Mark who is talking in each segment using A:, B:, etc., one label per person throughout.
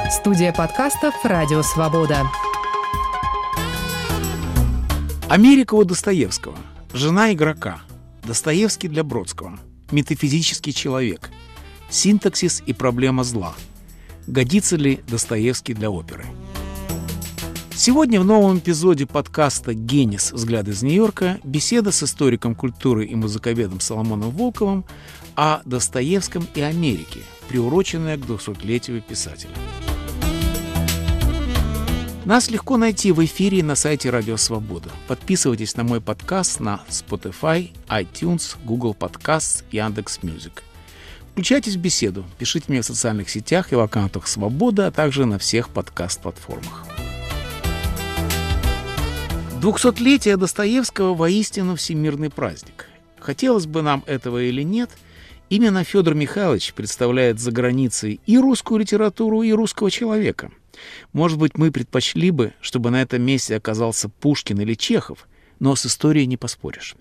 A: Студия подкастов «Радио Свобода».
B: Америка у Достоевского. Жена игрока. Достоевский для Бродского. Метафизический человек. Синтаксис и проблема зла. Годится ли Достоевский для оперы? Сегодня в новом эпизоде подкаста «Генис. Взгляд из Нью-Йорка» беседа с историком культуры и музыковедом Соломоном Волковым о Достоевском и Америке, приуроченная к 200-летию писателя. Нас легко найти в эфире и на сайте Радио Свобода. Подписывайтесь на мой подкаст на Spotify, iTunes, Google Podcasts, Яндекс.Мьюзик. Включайтесь в беседу, пишите мне в социальных сетях и в аккаунтах Свобода, а также на всех подкаст-платформах. 200-летие Достоевского воистину всемирный праздник. Хотелось бы нам этого или нет, именно Федор Михайлович представляет за границей и русскую литературу, и русского человека. Может быть, мы предпочли бы, чтобы на этом месте оказался Пушкин или Чехов, но с историей не поспоришь.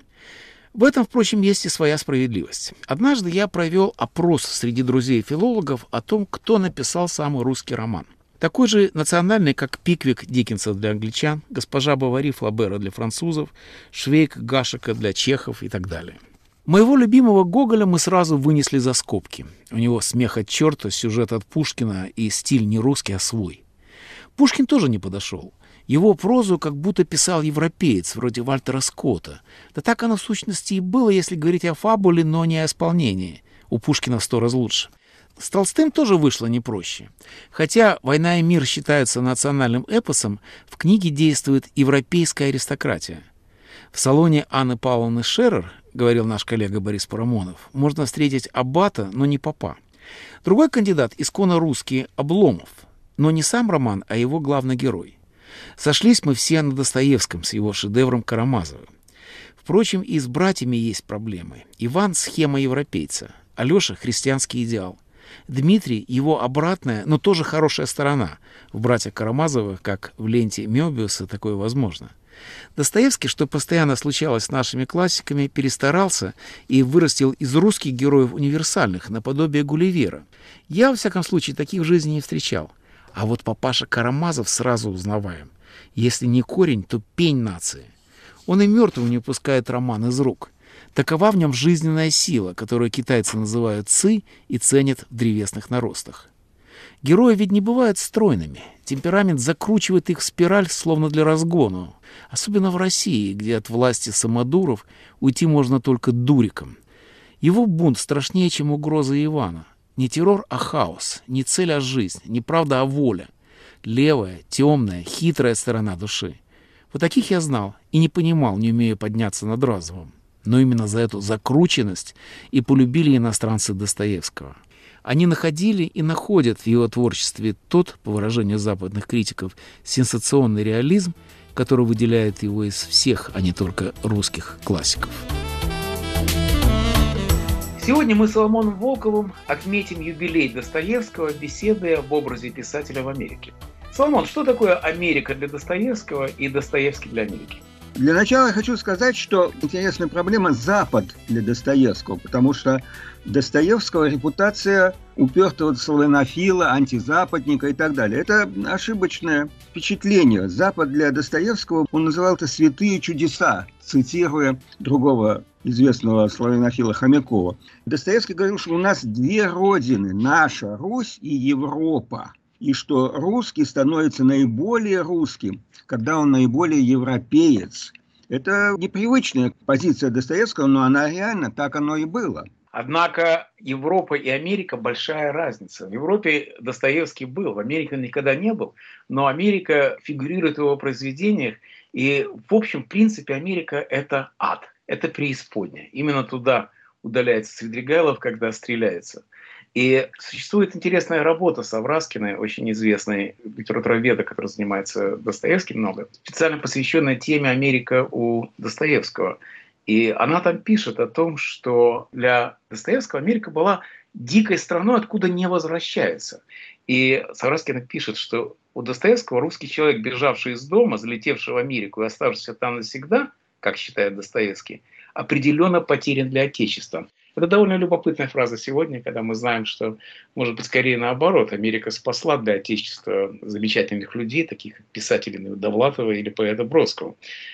B: В этом, впрочем, есть и своя справедливость. Однажды я провел опрос среди друзей-филологов о том, кто написал самый русский роман. Такой же национальный, как Пиквик Диккенса для англичан, госпожа Бовари Флабера для французов, Швейк Гашека для чехов и так далее. Моего любимого Гоголя мы сразу вынесли за скобки. У него смех от черта, сюжет от Пушкина и стиль не русский, а свой. Пушкин тоже не подошел. Его прозу как будто писал европеец, вроде Вальтера Скотта. Да так оно в сущности и было, если говорить о фабуле, но не о исполнении. У Пушкина в 100 раз лучше. С Толстым тоже вышло не проще. Хотя «Война и мир» считаются национальным эпосом, в книге действует европейская аристократия. В салоне Анны Павловны Шерер, говорил наш коллега Борис Парамонов, можно встретить аббата, но не попа. Другой кандидат исконно русский Обломов, но не сам роман, а его главный герой. Сошлись мы все на Достоевском с его шедевром Карамазова. Впрочем, и с братьями есть проблемы. Иван — схема европейца, Алеша — христианский идеал. Дмитрий — его обратная, но тоже хорошая сторона. В «Братьях Карамазовых», как в ленте Мёбиуса, такое возможно. Достоевский, что постоянно случалось с нашими классиками, перестарался и вырастил из русских героев универсальных, наподобие Гулливера. Я, во всяком случае, таких в жизни не встречал. А вот папаша Карамазов сразу узнаваем. Если не корень, то пень нации. Он и мертвым не упускает роман из рук. Такова в нем жизненная сила, которую китайцы называют ци и ценят в древесных наростах. Герои ведь не бывают стройными. Темперамент закручивает их в спираль, словно для разгона. Особенно в России, где от власти самодуров уйти можно только дуриком. Его бунт страшнее, чем угроза Ивана. Не террор, а хаос. Не цель, а жизнь. Не правда, а воля. Левая, темная, хитрая сторона души. Вот таких я знал и не понимал, не умея подняться над разумом. Но именно за эту закрученность и полюбили иностранцы Достоевского. Они находили и находят в его творчестве тот, по выражению западных критиков, сенсационный реализм, который выделяет его из всех, а не только русских классиков. Сегодня мы с Соломоном Волковым отметим юбилей Достоевского, беседуя об образе писателя в Америке. Соломон, что такое Америка для Достоевского и Достоевский для Америки?
C: Для начала я хочу сказать, что интересная проблема Запад для Достоевского, потому что Достоевского репутация упертого славянофила, антизападника и так далее. Это ошибочное впечатление. Запад для Достоевского, он называл это «святые чудеса», цитируя другого известного славянофила Хомякова. Достоевский говорил, что у нас две родины – наша Русь и Европа. И что русский становится наиболее русским, когда он наиболее европеец. Это непривычная позиция Достоевского, но она реально, так оно и было.
B: Однако Европа и Америка – большая разница. В Европе Достоевский был, в Америке он никогда не был, но Америка фигурирует в его произведениях. И, в общем, в принципе, Америка – это ад, это преисподняя. Именно туда удаляется Свидригайлов, когда стреляется. И существует интересная работа Савраскиной, очень известной литературоведа, который занимается Достоевским много, специально посвященная теме «Америка у Достоевского». И она там пишет о том, что для Достоевского Америка была дикой страной, откуда не возвращается. И Савраскина пишет, что у Достоевского русский человек, бежавший из дома, залетевший в Америку и оставшийся там навсегда, как считает Достоевский, определенно потерян для Отечества. Это довольно любопытная фраза сегодня, когда мы знаем, что, может быть, скорее наоборот, Америка спасла для Отечества замечательных людей, таких как писателя Довлатова или поэта Бродского.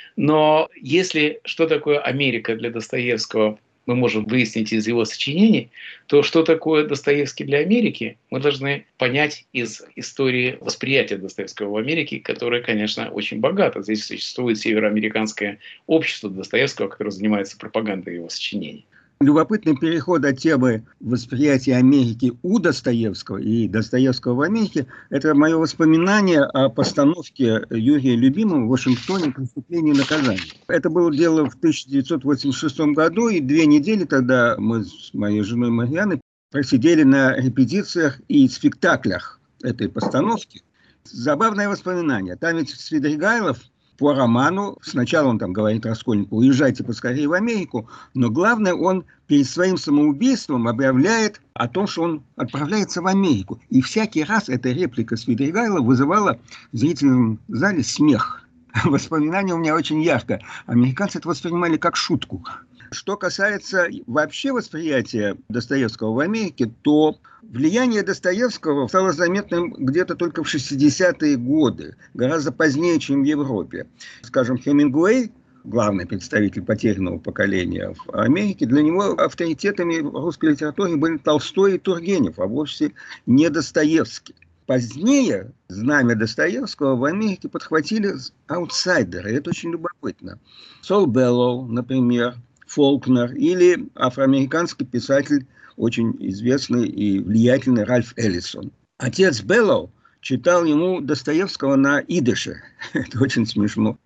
B: Но если что такое Америка для Достоевского, мы можем выяснить из его сочинений, то что такое Достоевский для Америки, мы должны понять из истории восприятия Достоевского в Америке, которая, конечно, очень богата. Здесь существует североамериканское общество Достоевского, которое занимается пропагандой его сочинений.
C: Любопытный переход от темы восприятия Америки у Достоевского и Достоевского в Америке – это мое воспоминание о постановке Юрия Любимого в Вашингтоне «Преступление и наказание». Это было дело в 1986 году, и 2 недели тогда мы с моей женой Марьяной просидели на репетициях и спектаклях этой постановки. Забавное воспоминание. Там ведь Свидригайлов по роману, сначала он там говорит Раскольникову: уезжайте поскорее в Америку, но главное, он перед своим самоубийством объявляет о том, что он отправляется в Америку. И всякий раз эта реплика Свидригайлова вызывала в зрительном зале смех. Воспоминание у меня очень ярко. Американцы это воспринимали как шутку. Что касается вообще восприятия Достоевского в Америке, то влияние Достоевского стало заметным где-то только в 60-е годы, гораздо позднее, чем в Европе. Скажем, Хемингуэй, главный представитель потерянного поколения в Америке, для него авторитетами в русской литературе были Толстой и Тургенев, а вовсе не Достоевский. Позднее знамя Достоевского в Америке подхватили аутсайдеры, это очень любопытно. Сол Беллоу, например, Фолкнер или афроамериканский писатель, очень известный и влиятельный Ральф Эллисон. Отец Беллоу читал ему Достоевского на идыше. Это очень смешно.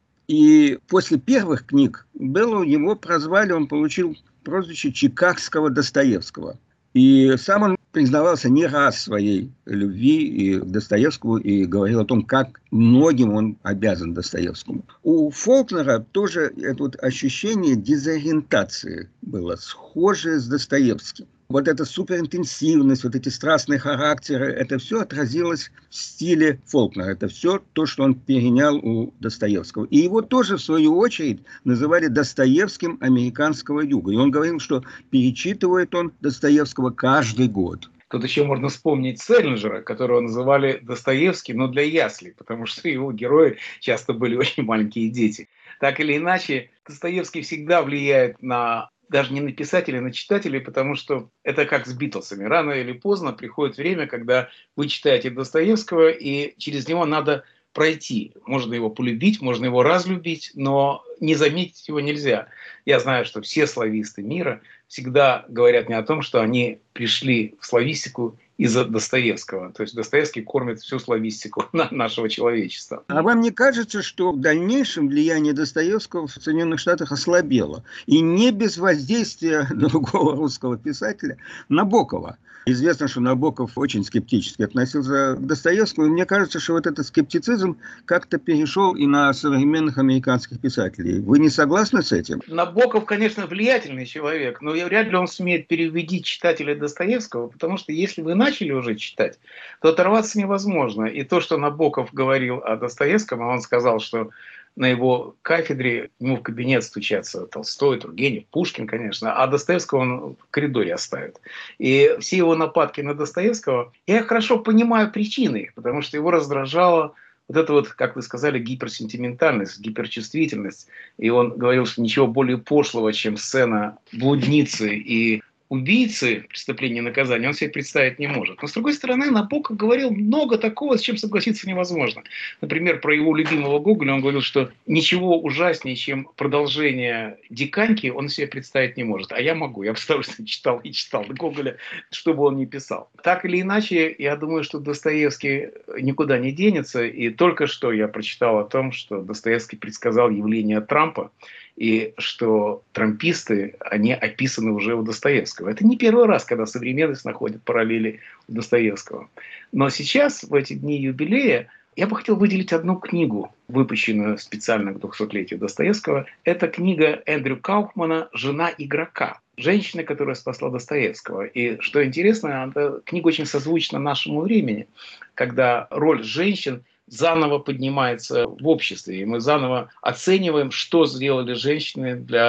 C: И после первых книг Беллоу его прозвали, он получил прозвище чикагского Достоевского. И сам он признавался не раз в своей любви и к Достоевскому и говорил о том, как многим он обязан Достоевскому. У Фолкнера тоже это вот ощущение дезориентации было схожее с Достоевским. Вот эта суперинтенсивность, вот эти страстные характеры, это все отразилось в стиле Фолкнера. Это все то, что он перенял у Достоевского. И его тоже, в свою очередь, называли Достоевским американского юга. И он говорил, что перечитывает он Достоевского каждый год.
B: Тут еще можно вспомнить Селлинджера, которого называли Достоевским, но для яслей, потому что его герои часто были очень маленькие дети. Так или иначе, Достоевский всегда влияет даже не на писателей, а на читателей, потому что это как с Битлзами. Рано или поздно приходит время, когда вы читаете Достоевского, и через него надо пройти. Можно его полюбить, можно его разлюбить, но не заметить его нельзя. Я знаю, что все слависты мира всегда говорят мне о том, что они пришли в славистику из-за Достоевского. То есть Достоевский кормит всю славистику нашего человечества.
C: А вам не кажется, что в дальнейшем влияние Достоевского в Соединенных Штатах ослабело? И не без воздействия другого русского писателя Набокова. Известно, что Набоков очень скептически относился к Достоевскому. И мне кажется, что вот этот скептицизм как-то перешел и на современных американских писателей. Вы не согласны с этим?
B: Набоков, конечно, влиятельный человек, но вряд ли он сумеет переубедить читателя Достоевского, потому что если вы начали уже читать, то оторваться невозможно. И то, что Набоков говорил о Достоевском, он сказал, что на его кафедре ему в кабинет стучатся Толстой, Тургенев, Пушкин, конечно, а Достоевского он в коридоре оставит. И все его нападки на Достоевского, я хорошо понимаю причины их, потому что его раздражало вот это вот, как вы сказали, гиперсентиментальность, гиперчувствительность. И он говорил, что ничего более пошлого, чем сцена блудницы и убийцы преступления и наказания, он себе представить не может. Но, с другой стороны, Набоков говорил много такого, с чем согласиться невозможно. Например, про его любимого Гоголя он говорил, что ничего ужаснее, чем продолжение «Диканьки», он себе представить не может. А я могу. Я потому что читал и читал Гоголя, что бы он ни писал. Так или иначе, я думаю, что Достоевский никуда не денется. И только что я прочитал о том, что Достоевский предсказал явление Трампа, и что трамписты, они описаны уже у Достоевского. Это не первый раз, когда современность находит параллели у Достоевского. Но сейчас, в эти дни юбилея, я бы хотел выделить одну книгу, выпущенную специально к 200-летию Достоевского. Это книга Эндрю Кауфмана «Жена игрока». Женщина, которая спасла Достоевского. И что интересно, эта книга очень созвучна нашему времени, когда роль женщин заново поднимается в обществе, и мы заново оцениваем, что сделали женщины для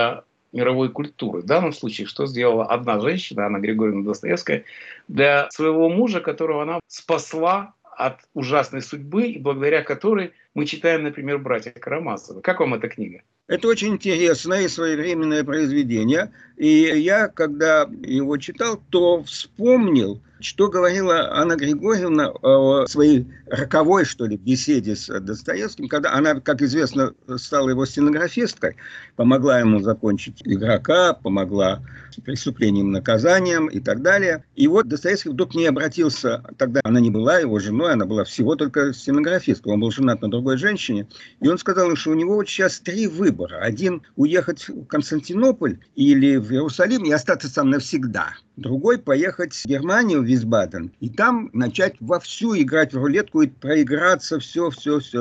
B: мировой культуры. В данном случае, что сделала одна женщина, Анна Григорьевна Достоевская, для своего мужа, которого она спасла от ужасной судьбы, и благодаря которой мы читаем, например, «Братья Карамазовы». Как вам эта книга?
C: Это очень интересное и своевременное произведение. И я, когда его читал, то вспомнил, что говорила Анна Григорьевна о своей роковой, что ли, беседе с Достоевским, когда она, как известно, стала его стенографисткой, помогла ему закончить «Игрока», помогла с «Преступлением и наказанием» и так далее. И вот Достоевский вдруг к ней обратился, тогда она не была его женой, она была всего только стенографисткой, он был женат на другой женщине, и он сказал, что у него вот сейчас 3 выбора. Один – уехать в Константинополь или в Иерусалим и остаться там навсегда. Другой – поехать в Германию, в Висбаден, и там начать вовсю играть в рулетку и проиграться все.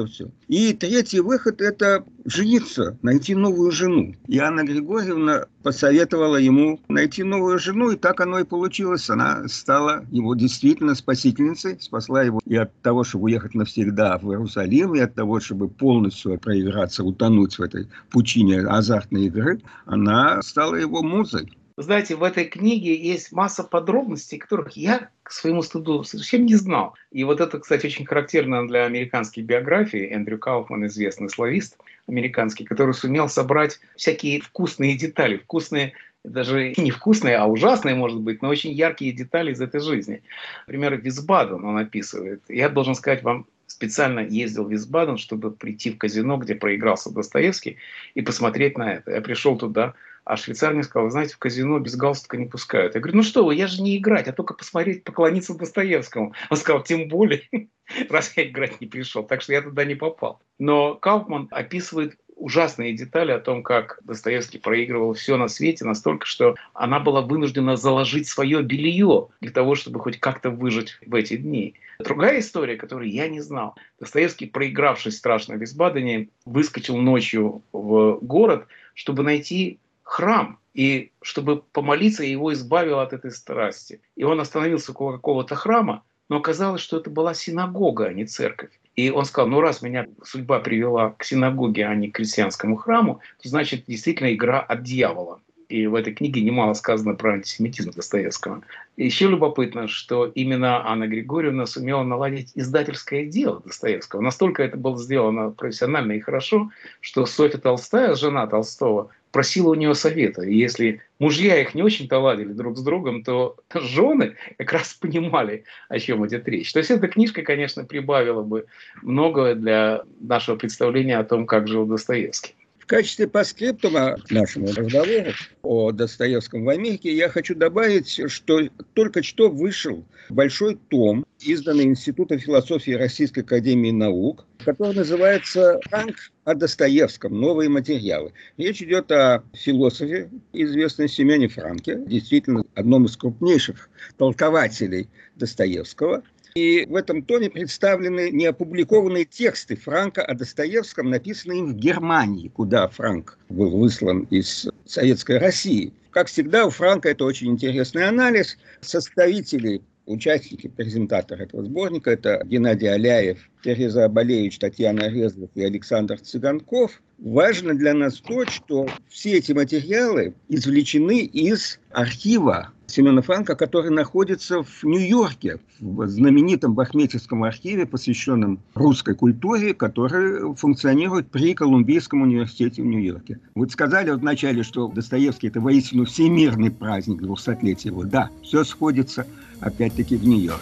C: И третий выход – это жениться, найти новую жену. И Анна Григорьевна посоветовала ему найти новую жену, и так оно и получилось. Она стала его действительно спасительницей, спасла его и от того, чтобы уехать навсегда в Иерусалим, и от того, чтобы полностью проиграться, утонуть в этой пучине азартной игры. Она стала его музой.
B: Знаете, в этой книге есть масса подробностей, которых я, к своему стыду, совсем не знал. И вот это, кстати, очень характерно для американских биографий. Эндрю Кауфман, известный славист американский, который сумел собрать всякие вкусные детали, вкусные, даже не вкусные, а ужасные, может быть, но очень яркие детали из этой жизни. Например, Висбаден он описывает. Я должен сказать вам, специально ездил в Висбаден, чтобы прийти в казино, где проигрался Достоевский, и посмотреть на это. Я пришел туда, а швейцар мне сказал: знаете, в казино без галстука не пускают. Я говорю: ну что вы, я же не играть, а только посмотреть, поклониться Достоевскому. Он сказал: тем более, раз я играть не пришел. Так что я туда не попал. Но Кауфман описывает ужасные детали о том, как Достоевский проигрывал все на свете настолько, что она была вынуждена заложить свое белье для того, чтобы хоть как-то выжить в эти дни. Другая история, которую я не знал. Достоевский, проигравшись страшно в Висбадене, выскочил ночью в город, чтобы найти храм, и чтобы помолиться, его избавило от этой страсти. И он остановился около какого-то храма, но оказалось, что это была синагога, а не церковь. И он сказал: ну раз меня судьба привела к синагоге, а не к христианскому храму, то значит действительно игра от дьявола. И в этой книге немало сказано про антисемитизм Достоевского. И еще любопытно, что именно Анна Григорьевна сумела наладить издательское дело Достоевского. Настолько это было сделано профессионально и хорошо, что Софья Толстая, жена Толстого, просила у нее совета. И если мужья их не очень-то ладили друг с другом, то жены как раз понимали, о чем идет речь. То есть эта книжка, конечно, прибавила бы многое для нашего представления о том, как жил Достоевский.
C: В качестве постскриптума к нашему разговору о Достоевском в Америке я хочу добавить, что только что вышел большой том, изданный Институтом философии Российской академии наук, который называется «Франк о Достоевском. Новые материалы». Речь идет о философе, известном Семене Франке, действительно одном из крупнейших толкователей Достоевского. И в этом томе представлены неопубликованные тексты Франка о Достоевском, написанные им в Германии, куда Франк был выслан из Советской России. Как всегда, у Франка это очень интересный анализ. Составители, участники, презентаторы этого сборника — это Геннадий Аляев, Тереза Абалевич, Татьяна Резлов и Александр Цыганков. Важно для нас то, что все эти материалы извлечены из архива Семена Франка, который находится в Нью-Йорке, в знаменитом Бахметьевском архиве, посвященном русской культуре, который функционирует при Колумбийском университете в Нью-Йорке. Вы сказали вначале, что Достоевский — это воистину всемирный праздник 200-летия его. Да, все сходится опять-таки в Нью-Йорке.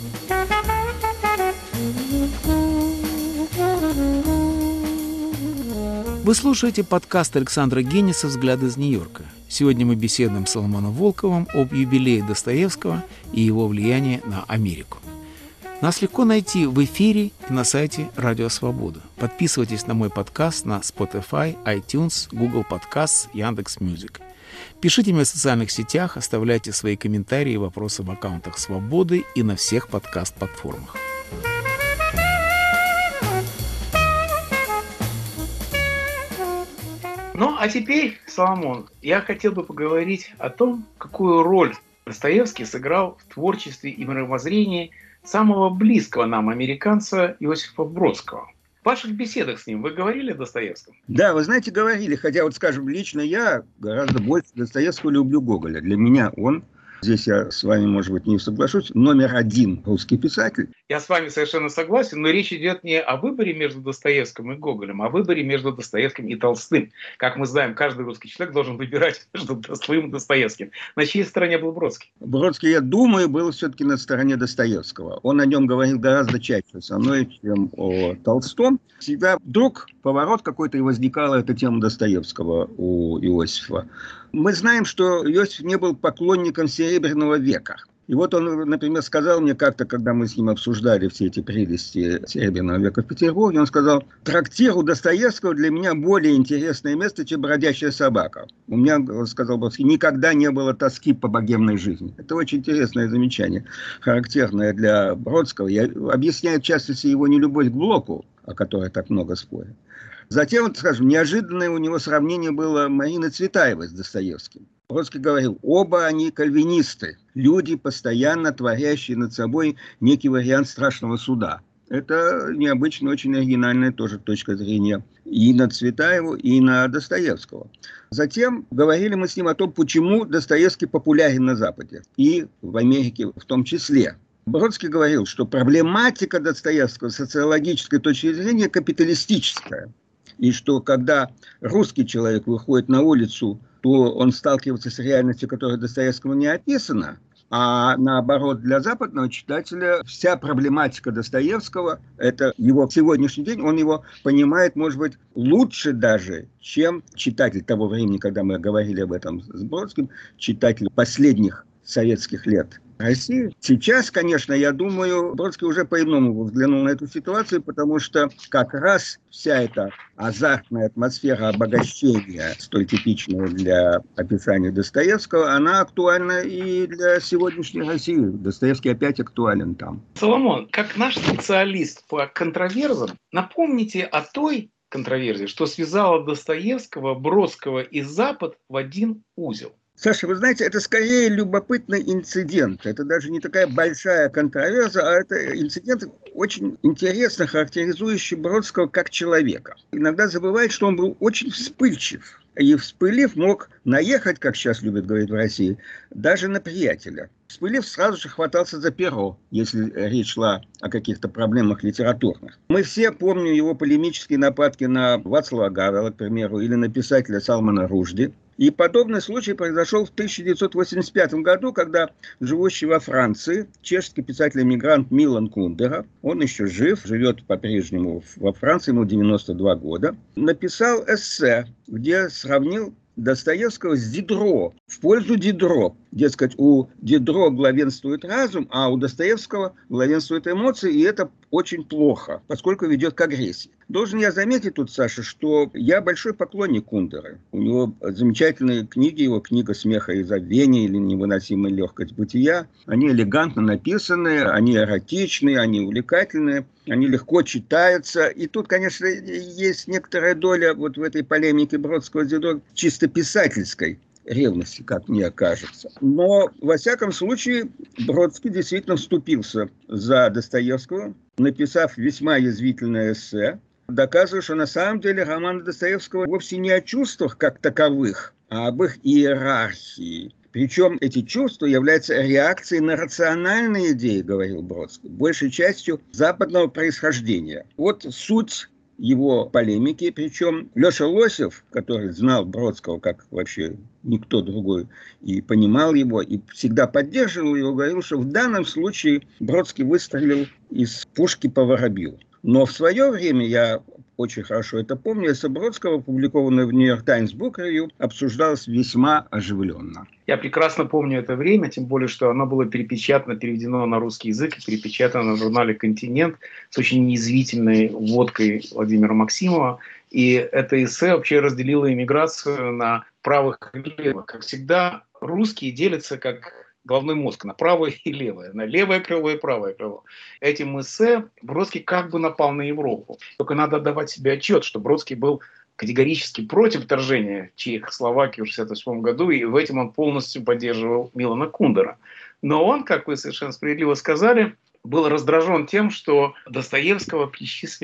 B: Вы слушаете подкаст Александра Генниса «Взгляд из Нью-Йорка». Сегодня мы беседуем с Соломоном Волковым об юбилее Достоевского и его влиянии на Америку. Нас легко найти в эфире и на сайте Радио Свобода. Подписывайтесь на мой подкаст на Spotify, iTunes, Google Podcasts, Яндекс.Мьюзик. Пишите мне в социальных сетях, оставляйте свои комментарии и вопросы в аккаунтах Свободы и на всех подкаст-платформах. Ну, а теперь, Соломон, я хотел бы поговорить о том, какую роль Достоевский сыграл в творчестве и мировоззрении самого близкого нам американца Иосифа Бродского. В ваших беседах с ним вы говорили о Достоевском?
C: Да, вы знаете, говорили, хотя вот, скажем, лично я гораздо больше Достоевского люблю Гоголя. Для меня он, здесь я с вами, может быть, не соглашусь, номер один русский писатель.
B: Я с вами совершенно согласен, но речь идет не о выборе между Достоевским и Гоголем, а о выборе между Достоевским и Толстым. Как мы знаем, каждый русский человек должен выбирать между Толстым и Достоевским. На чьей стороне был Бродский?
C: Бродский, я думаю, был все-таки на стороне Достоевского. Он о нем говорил гораздо чаще со мной, чем о Толстом. Всегда вдруг поворот какой-то, и возникала эта тема Достоевского у Иосифа. Мы знаем, что Иосиф не был поклонником Серебряного века. И вот он, например, сказал мне как-то, когда мы с ним обсуждали все эти прелести Серебряного века в Петербурге, он сказал: трактир у Достоевского для меня более интересное место, чем бродячая собака. У меня, сказал Бродский, никогда не было тоски по богемной жизни. Это очень интересное замечание, характерное для Бродского. Я объясняю, в частности, его нелюбовь к Блоку, о которой так много спорят. Затем, вот, скажем, неожиданное у него сравнение было Марины Цветаевой с Достоевским. Бродский говорил, оба они кальвинисты, люди, постоянно творящие над собой некий вариант страшного суда. Это необычно, очень оригинальная тоже точка зрения и на Цветаеву, и на Достоевского. Затем говорили мы с ним о том, почему Достоевский популярен на Западе, и в Америке в том числе. Бродский говорил, что проблематика Достоевского с социологической точки зрения капиталистическая. И что когда русский человек выходит на улицу, то он сталкивается с реальностью, которая Достоевскому не описана. А наоборот, для западного читателя вся проблематика Достоевского, это его сегодняшний день, он его понимает, может быть, лучше даже, чем читатель того времени, когда мы говорили об этом с Бродским, читатель последних советских лет России. Сейчас, конечно, я думаю, Бродский уже по-иному взглянул на эту ситуацию, потому что как раз вся эта азартная атмосфера обогащения, столь типичная для описания Достоевского, она актуальна и для сегодняшней России. Достоевский опять актуален там.
B: Соломон, как наш специалист по контроверзам, напомните о той контроверсии, что связала Достоевского, Бродского и Запад в один узел.
C: Саша, вы знаете, это скорее любопытный инцидент. Это даже не такая большая контроверзия, а это инцидент очень интересно характеризующий Бродского как человека. Иногда забывает, что он был очень вспыльчив. И вспылив мог наехать, как сейчас любят говорить в России, даже на приятеля. Вспылив сразу же хватался за перо, если речь шла о каких-то проблемах литературных. Мы все помним его полемические нападки на Вацлава Гавела, к примеру, или на писателя Салмана Ружди. И подобный случай произошел в 1985 году, когда живущий во Франции чешский писатель-эмигрант Милан Кундера, он еще жив, живет по-прежнему во Франции, ему 92 года, написал эссе, где сравнил Достоевского с Дидро, в пользу Дидро. Дескать, у Дидро главенствует разум, а у Достоевского главенствуют эмоции, и это очень плохо, поскольку ведет к агрессии. Должен я заметить тут, Саша, что я большой поклонник Кундеры. У него замечательные книги, его книга «Смеха и забвения» или «Невыносимая легкость бытия». Они элегантно написаны, они эротичные, они увлекательные, они легко читаются. И тут, конечно, есть некоторая доля вот в этой полемике Бродского с Дидро чисто писательской ревности, как мне кажется. Но, во всяком случае, Бродский действительно вступился за Достоевского, написав весьма язвительное эссе, доказывая, что на самом деле роман Достоевского вовсе не о чувствах как таковых, а об их иерархии. Причем эти чувства являются реакцией на рациональные идеи, говорил Бродский, большей частью западного происхождения. Вот суть его полемики, причем Леша Лосев, который знал Бродского как вообще никто другой, и понимал его, и всегда поддерживал его, говорил, что в данном случае Бродский выстрелил из пушки по воробью. Но в свое время, я очень хорошо это помню, эссе Бродского, опубликованное в New York Times Book Review, обсуждалось весьма оживленно.
B: Я прекрасно помню это время, тем более, что оно было перепечатано, переведено на русский язык и перепечатано в журнале «Континент» с очень язвительной вводкой Владимира Максимова. И это эссе вообще разделило эмиграцию на правых и левых. Как всегда, русские делятся как головной мозг на правое и левое, на левое крыло и правое крыло. Этим эссе Бродский как бы напал на Европу. Только надо отдавать себе отчет, что Бродский был категорически против вторжения Чехословакии в 1968 году, и в этом он полностью поддерживал Милана Кундера. Но он, как вы совершенно справедливо сказали, был раздражен тем, что Достоевского причислили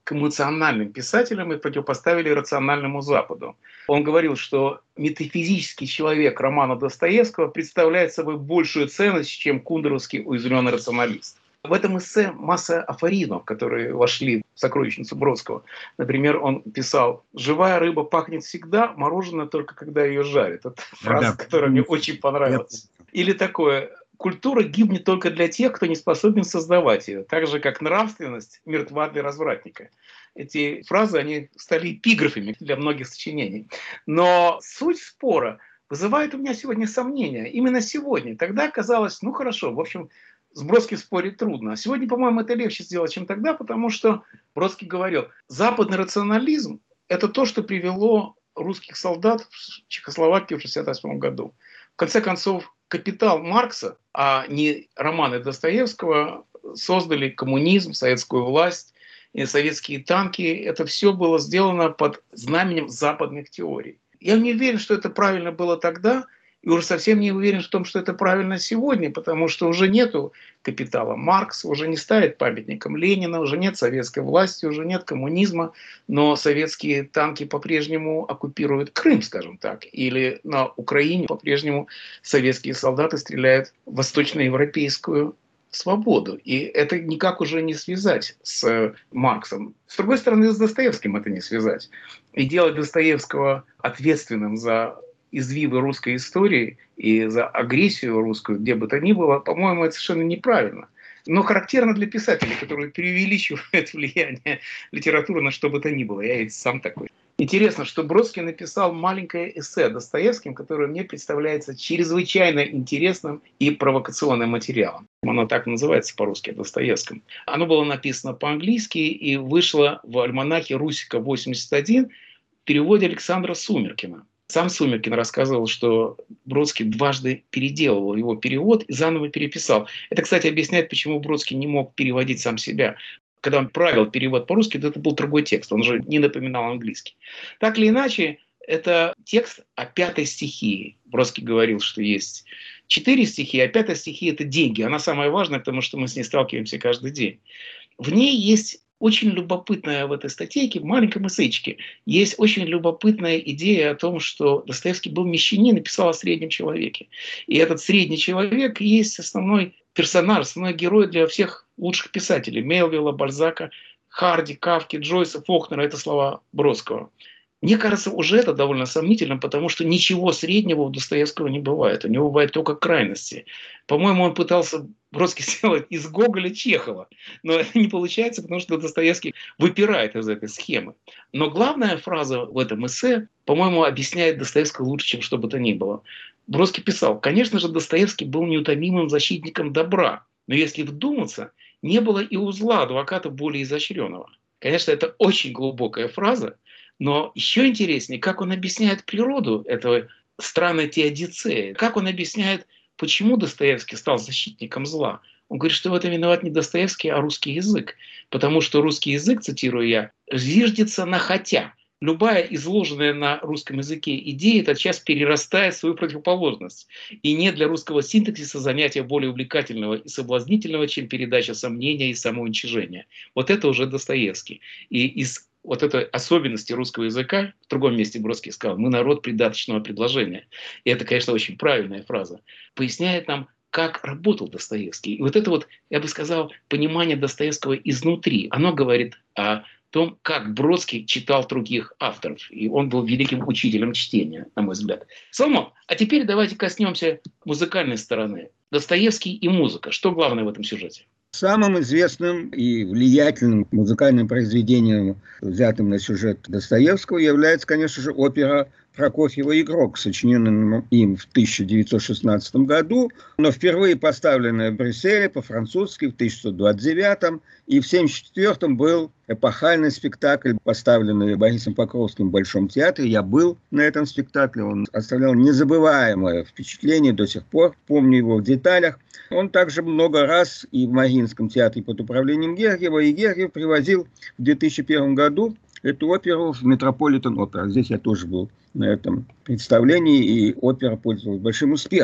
B: к эмоциональным писателям и противопоставили рациональному Западу. Он говорил, что метафизический человек романа Достоевского представляет собой большую ценность, чем кундеровский уязвленный рационалист. В этом эссе масса афоризмов, которые вошли в сокровищницу Бродского. Например, он писал: «Живая рыба пахнет всегда, мороженое только когда ее жарят». Это фраза, которая мне очень понравилась. Или такое: «Культура гибнет только для тех, кто не способен создавать ее, так же, как нравственность мертва для развратника». Эти фразы, они стали эпиграфами для многих сочинений. Но суть спора вызывает у меня сегодня сомнения. Именно сегодня. Тогда казалось, ну хорошо, в общем, с Бродским спорить трудно. А сегодня, по-моему, это легче сделать, чем тогда, потому что Бродский говорил: западный рационализм – это то, что привело русских солдат в Чехословакию в 1968 году. В конце концов, «Капитал» Маркса, а не романы Достоевского, создали коммунизм, советскую власть, и советские танки. Это все было сделано под знаменем западных теорий. Я не уверен, что это правильно было тогда, и уже совсем не уверен в том, что это правильно сегодня, потому что уже нету «Капитала». Маркс уже не ставит памятником Ленина, уже нет советской власти, уже нет коммунизма, но советские танки по-прежнему оккупируют Крым, скажем так, или на Украине по-прежнему советские солдаты стреляют в восточноевропейскую свободу. И это никак уже не связать с Марксом. С другой стороны, с Достоевским это не связать. И делать Достоевского ответственным за извивы русской истории и за агрессию русскую, где бы то ни было, по-моему, это совершенно неправильно. Но характерно для писателей, которые преувеличивают влияние литературы на что бы то ни было. Я ведь сам такой. Интересно, что Бродский написал маленькое эссе Достоевским, которое мне представляется чрезвычайно интересным и провокационным материалом. Оно так называется по-русски, о Достоевском. Оно было написано по-английски и вышло в альманахе «Русика-81» в переводе Александра Сумеркина. Сам Сумеркин рассказывал, что Бродский дважды переделывал его перевод и заново переписал. Это, кстати, объясняет, почему Бродский не мог переводить сам себя. Когда он правил перевод по-русски, то это был другой текст, он уже не напоминал английский. Так или иначе, это текст о 5-й стихии. Бродский говорил, что есть 4 стихии, а 5-я стихия – это деньги. Она самая важная, потому что мы с ней сталкиваемся каждый день. В ней есть очень любопытная в этой статейке, в маленьком эссейчике, есть очень любопытная идея о том, что Достоевский был мещанин и писал о среднем человеке. И этот средний человек есть основной персонаж, основной герой для всех лучших писателей. Мелвилла, Бальзака, Харди, Кафки, Джойса, Фохнера – это слова Бродского. Мне кажется, уже это довольно сомнительно, потому что ничего среднего у Достоевского не бывает. У него бывают только крайности. По-моему, он пытался Бродский сделать из Гоголя Чехова. Но это не получается, потому что Достоевский выпирает из этой схемы. Но главная фраза в этом эссе, по-моему, объясняет Достоевского лучше, чем что бы то ни было. Бродский писал: «Конечно же, Достоевский был неутомимым защитником добра. Но если вдуматься, не было и у зла адвоката более изощренного». Конечно, это очень глубокая фраза. Но еще интереснее, как он объясняет природу этого странной теодицеи, как он объясняет, почему Достоевский стал защитником зла. Он говорит, что в этом виноват не Достоевский, а русский язык. Потому что русский язык, цитирую я, «зиждется на хотя». Любая изложенная на русском языке идея тотчас перерастает в свою противоположность. И нет для русского синтаксиса занятия более увлекательного и соблазнительного, чем передача сомнения и самоуничижения. Вот это уже Достоевский. И из вот этой особенности русского языка, в другом месте Бродский сказал: «Мы народ придаточного предложения». И это, конечно, очень правильная фраза. Поясняет нам, как работал Достоевский. И вот это вот, я бы сказал, понимание Достоевского изнутри, оно говорит о том, как Бродский читал других авторов. И он был великим учителем чтения, на мой взгляд. Соломон, а теперь давайте коснемся музыкальной стороны. Достоевский и музыка. Что главное в этом сюжете?
C: Самым известным и влиятельным музыкальным произведением, взятым на сюжет Достоевского, является, конечно же, опера Прокофьева «Игрок», сочиненная им в 1916 году, но впервые поставленная в Брюсселе по-французски в 1629, и в 1974 был эпохальный спектакль, поставленный Борисом Покровским в Большом театре. Я был на этом спектакле, он оставлял незабываемое впечатление, до сих пор помню его в деталях. Он также много раз и в Мариинском театре под управлением Гергиева, и Гергиев привозил в 2001 году эту оперу в Метрополитен Опера. Здесь я тоже был на этом представлении, и опера пользовалась большим успехом.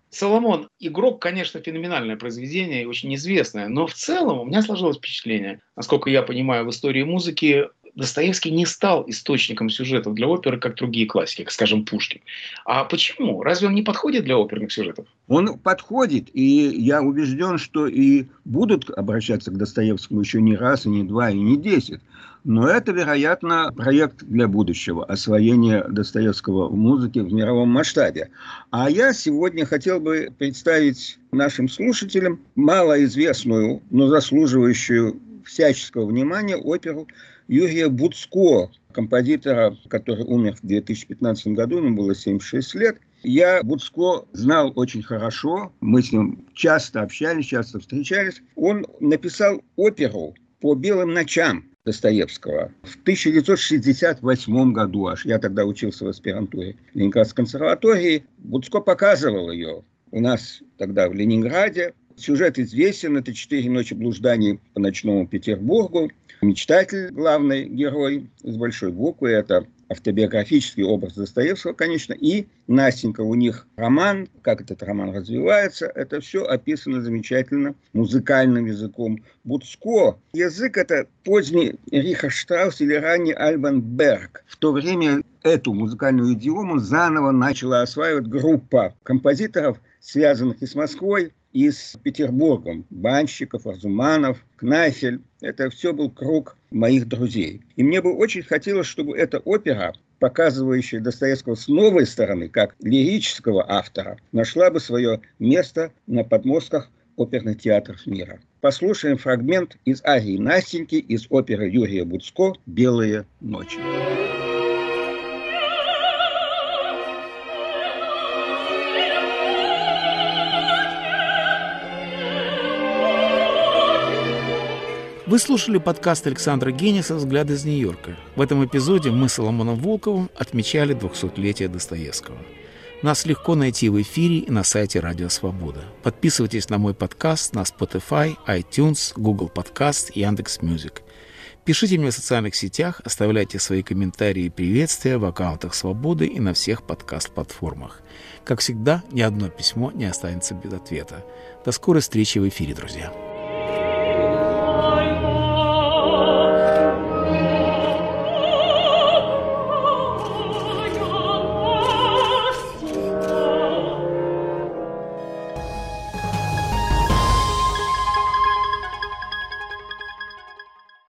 B: Соломон, «Игрок», конечно, феноменальное произведение и очень известное, но в целом у меня сложилось впечатление, насколько я понимаю, в истории музыки Достоевский не стал источником сюжетов для оперы, как другие классики, как, скажем, Пушкин. А почему? Разве он не подходит для оперных сюжетов?
C: Он подходит, и я убежден, что и будут обращаться к Достоевскому еще не раз, и не два, и не 10. Но это, вероятно, проект для будущего, освоения Достоевского в музыке в мировом масштабе. А я сегодня хотел бы представить нашим слушателям малоизвестную, но заслуживающую всяческого внимания оперу Юрия Буцко, композитора, который умер в 2015 году, ему было 76 лет. Я Буцко знал очень хорошо, мы с ним часто общались, часто встречались. Он написал оперу «По белым ночам» Достоевского в 1968 году, аж я тогда учился в аспирантуре Ленинградской консерватории. Буцко показывал ее у нас тогда в Ленинграде. Сюжет известен, это 4 ночи блужданий по ночному Петербургу. Мечтатель, главный герой с большой буквы, это автобиографический образ Достоевского, конечно, и Настенька, у них роман, как этот роман развивается, это все описано замечательно музыкальным языком. Буцко, язык это поздний Рихард Штраус или ранний Альбан Берг. В то время эту музыкальную идиому заново начала осваивать группа композиторов, связанных и с Москвой, и с Петербургом. Банщиков, Арзуманов, Кнафель. Это все был круг моих друзей. И мне бы очень хотелось, чтобы эта опера, показывающая Достоевского с новой стороны, как лирического автора, нашла бы свое место на подмостках оперных театров мира. Послушаем фрагмент из арии Настеньки из оперы Юрия Буцко «Белые ночи».
B: Вы слушали подкаст Александра Гениса «Взгляд из Нью-Йорка». В этом эпизоде мы с Соломоном Волковым отмечали 200-летие Достоевского. Нас легко найти в эфире и на сайте Радио Свобода. Подписывайтесь на мой подкаст на Spotify, iTunes, Google Podcast и Яндекс.Мьюзик. Пишите мне в социальных сетях, оставляйте свои комментарии и приветствия в аккаунтах Свободы и на всех подкаст-платформах. Как всегда, ни одно письмо не останется без ответа. До скорой встречи в эфире, друзья.